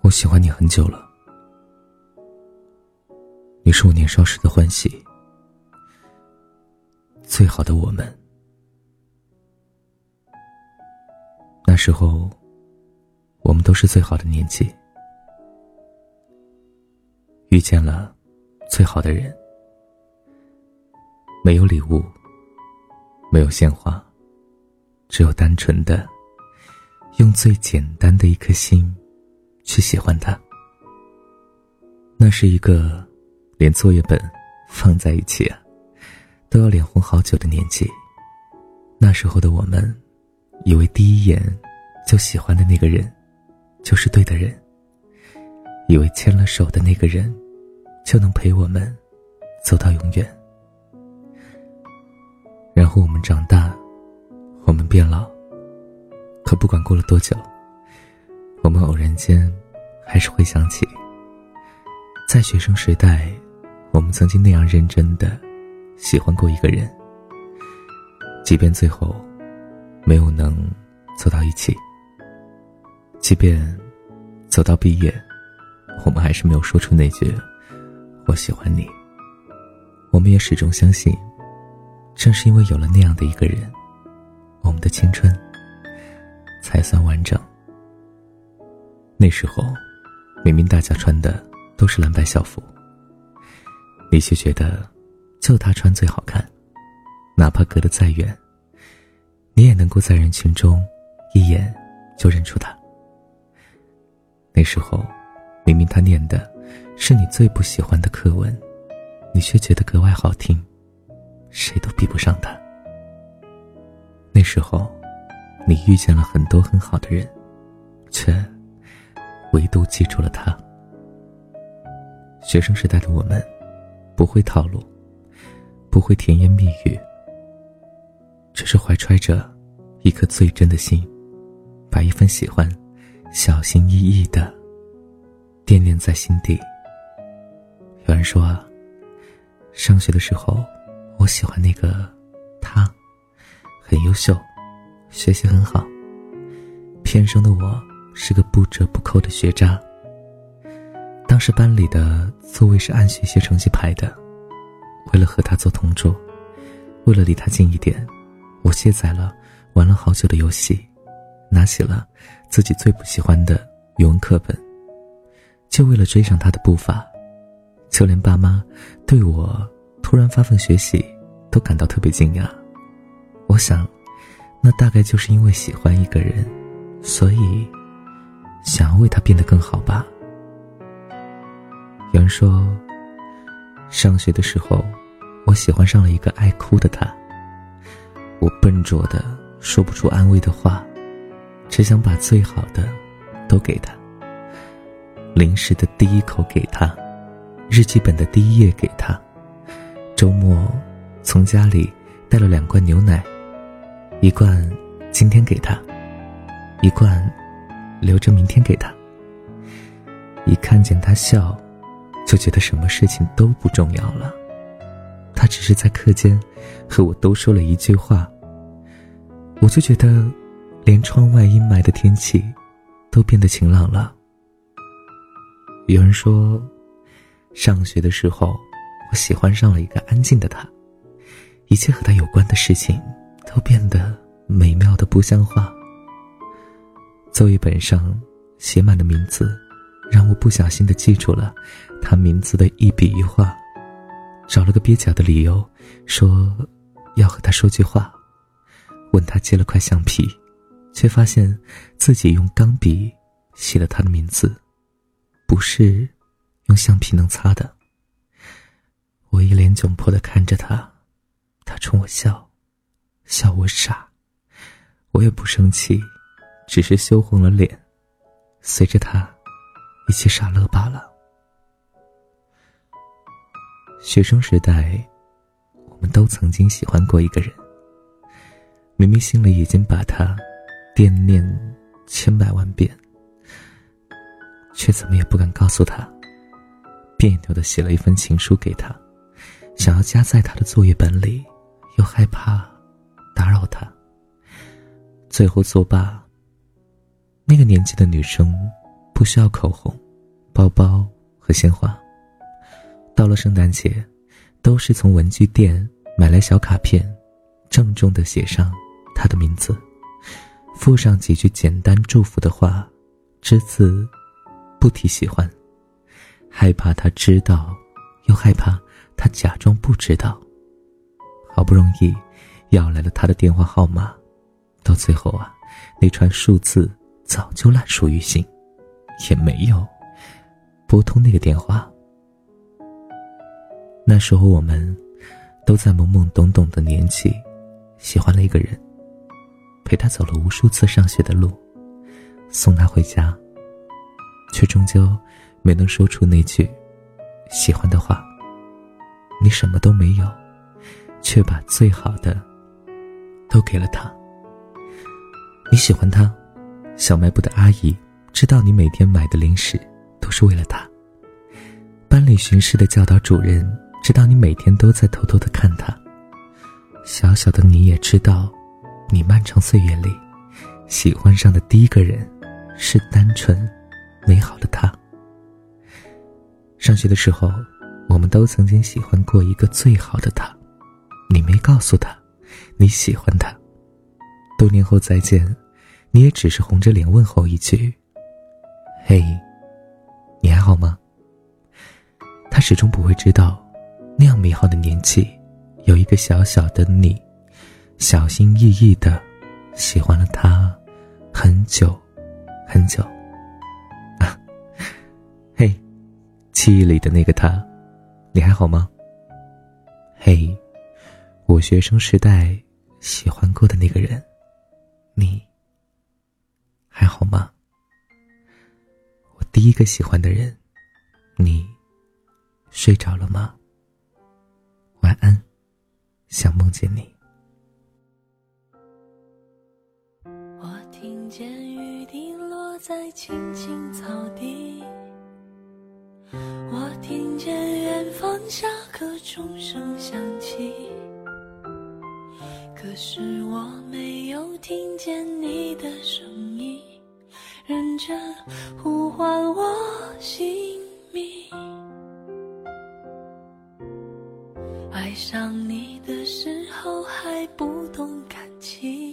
我喜欢你很久了，你是我年少时的欢喜，最好的我们。那时候我们都是最好的年纪，遇见了最好的人，没有礼物，没有鲜花，只有单纯的用最简单的一颗心去喜欢他。那是一个连作业本放在一起都要脸红好久的年纪。那时候的我们以为第一眼就喜欢的那个人就是对的人，以为牵了手的那个人就能陪我们走到永远。然后我们长大，我们变老，可不管过了多久，我们偶然间还是会想起，在学生时代我们曾经那样认真地喜欢过一个人，即便最后没有能走到一起，即便走到毕业，我们还是没有说出那句我喜欢你。我们也始终相信，正是因为有了那样的一个人，我们的青春才算完整。那时候明明大家穿的都是蓝白校服，你却觉得就他穿最好看，哪怕隔得再远，你也能够在人群中一眼就认出他。那时候明明他念的是你最不喜欢的课文，你却觉得格外好听，谁都比不上他。那时候你遇见了很多很好的人，却唯独记住了他。学生时代的我们不会套路，不会甜言蜜语，只是怀揣着一颗最真的心，把一份喜欢小心翼翼地惦念在心底。有人说上学的时候我喜欢那个他，很优秀，学习很好，偏生的我是个不折不扣的学渣。当时班里的座位是按学习成绩排的，为了和他做同桌，为了离他近一点，我卸载了玩了好久的游戏，拿起了自己最不喜欢的语文课本，就为了追上他的步伐。就连爸妈对我突然发奋学习都感到特别惊讶。我想那大概就是因为喜欢一个人，所以想要为他变得更好吧。有人说上学的时候我喜欢上了一个爱哭的他，我笨拙的说不出安慰的话，只想把最好的都给他，零食的第一口给他，日记本的第一页给他，周末从家里带了2罐牛奶，一罐今天给他，一罐留着明天给他。一看见他笑，就觉得什么事情都不重要了。他只是在课间和我都说了一句话，我就觉得连窗外阴霾的天气都变得晴朗了。有人说上学的时候我喜欢上了一个安静的他，一切和他有关的事情都变得美妙的不像话。作业本上写满的名字让我不小心地记住了他名字的一笔一画，找了个蹩脚的理由说要和他说句话，问他借了块橡皮，却发现自己用钢笔写了他的名字，不是用橡皮能擦的。我一脸窘迫地看着他，他冲我笑，笑我傻，我也不生气，只是羞红了脸，随着他一起傻乐罢了。学生时代我们都曾经喜欢过一个人，明明心里已经把他惦念千百万遍，却怎么也不敢告诉他，别扭地写了一份情书给他，想要夹在他的作业本里，又害怕打扰他。最后作罢，那个年纪的女生不需要口红、包包和鲜花。到了圣诞节，都是从文具店买来小卡片，郑重地写上他的名字，附上几句简单祝福的话，只字不提喜欢，害怕他知道，又害怕他假装不知道。好不容易要来了他的电话号码，到最后啊，那串数字早就烂熟于心，也没有拨通那个电话。那时候我们都在懵懵懂懂的年纪，喜欢了一个人，陪他走了无数次上学的路，送他回家，却终究没能说出那句喜欢的话。你什么都没有，却把最好的都给了他。你喜欢他，小卖部的阿姨知道你每天买的零食都是为了他，班里巡视的教导主任知道你每天都在偷偷地看他，小小的你也知道，你漫长岁月里喜欢上的第一个人是单纯美好的他。上学的时候，我们都曾经喜欢过一个最好的他，你没告诉他你喜欢他，多年后再见，你也只是红着脸问候一句，嘿，你还好吗？他始终不会知道，那样美好的年纪，有一个小小的你，小心翼翼地喜欢了他很久很久。嘿，记忆里的那个他，你还好吗？嘿，我学生时代喜欢过的那个人，你还好吗？我第一个喜欢的人，你睡着了吗？晚安，想梦见你。 我听见雨滴落在青青草地，我听见远方下课钟声响起，可是我没有听见你的声音，认真呼唤我姓名。爱上你的时候还不懂感情，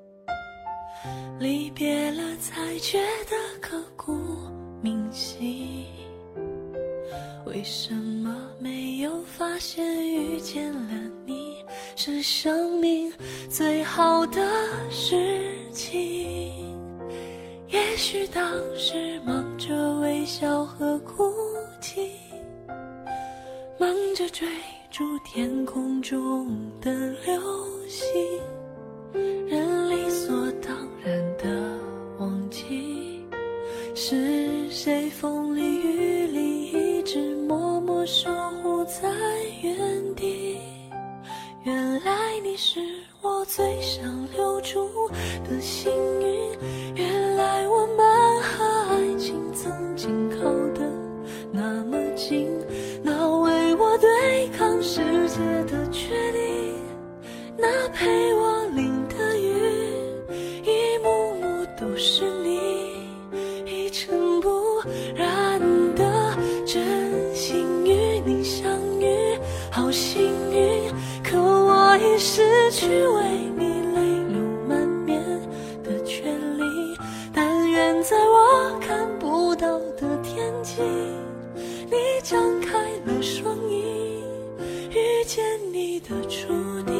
离别了才觉得刻骨铭心。为什么没有发现遇见了你是生命最好的事情？也许当时忙着微笑和哭泣，忙着追逐天空中的流星，人理所当然的忘记是谁风里雨里一直默默守护在原地。原来你是我最想留住的幸运，原来我们和爱情曾经靠得那么近，那为我对抗世界的决定，那陪我淋的雨，一幕幕都是你，一尘不染的真心与你相遇，好幸运，可我已失去为你泪流满面的权利。但愿在我看不到的天际，你张开了双翼，遇见你的注定，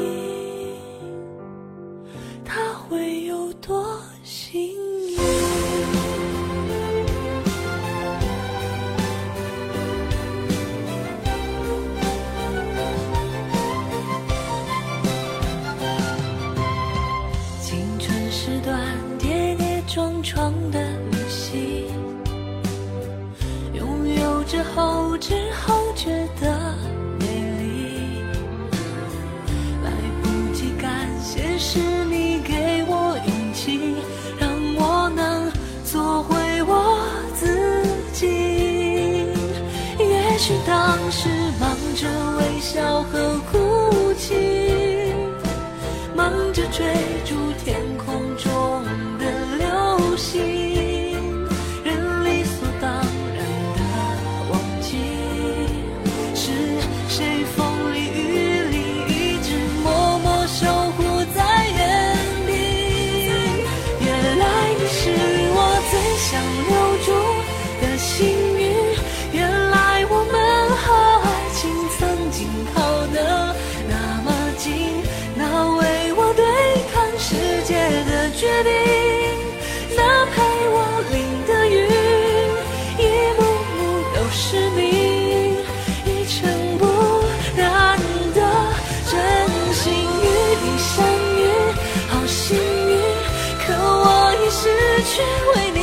它会有多幸运？青春是段跌跌撞撞的旅行，拥有之后觉得美丽，来不及感谢是你给我勇气，让我能做回我自己。也许当时忙着微笑和哭泣，忙着追逐天空中的流星，人理所决定，那陪我淋的雨，一幕幕都是你，一尘不染的真心与你相遇，好幸运，可我已失去为你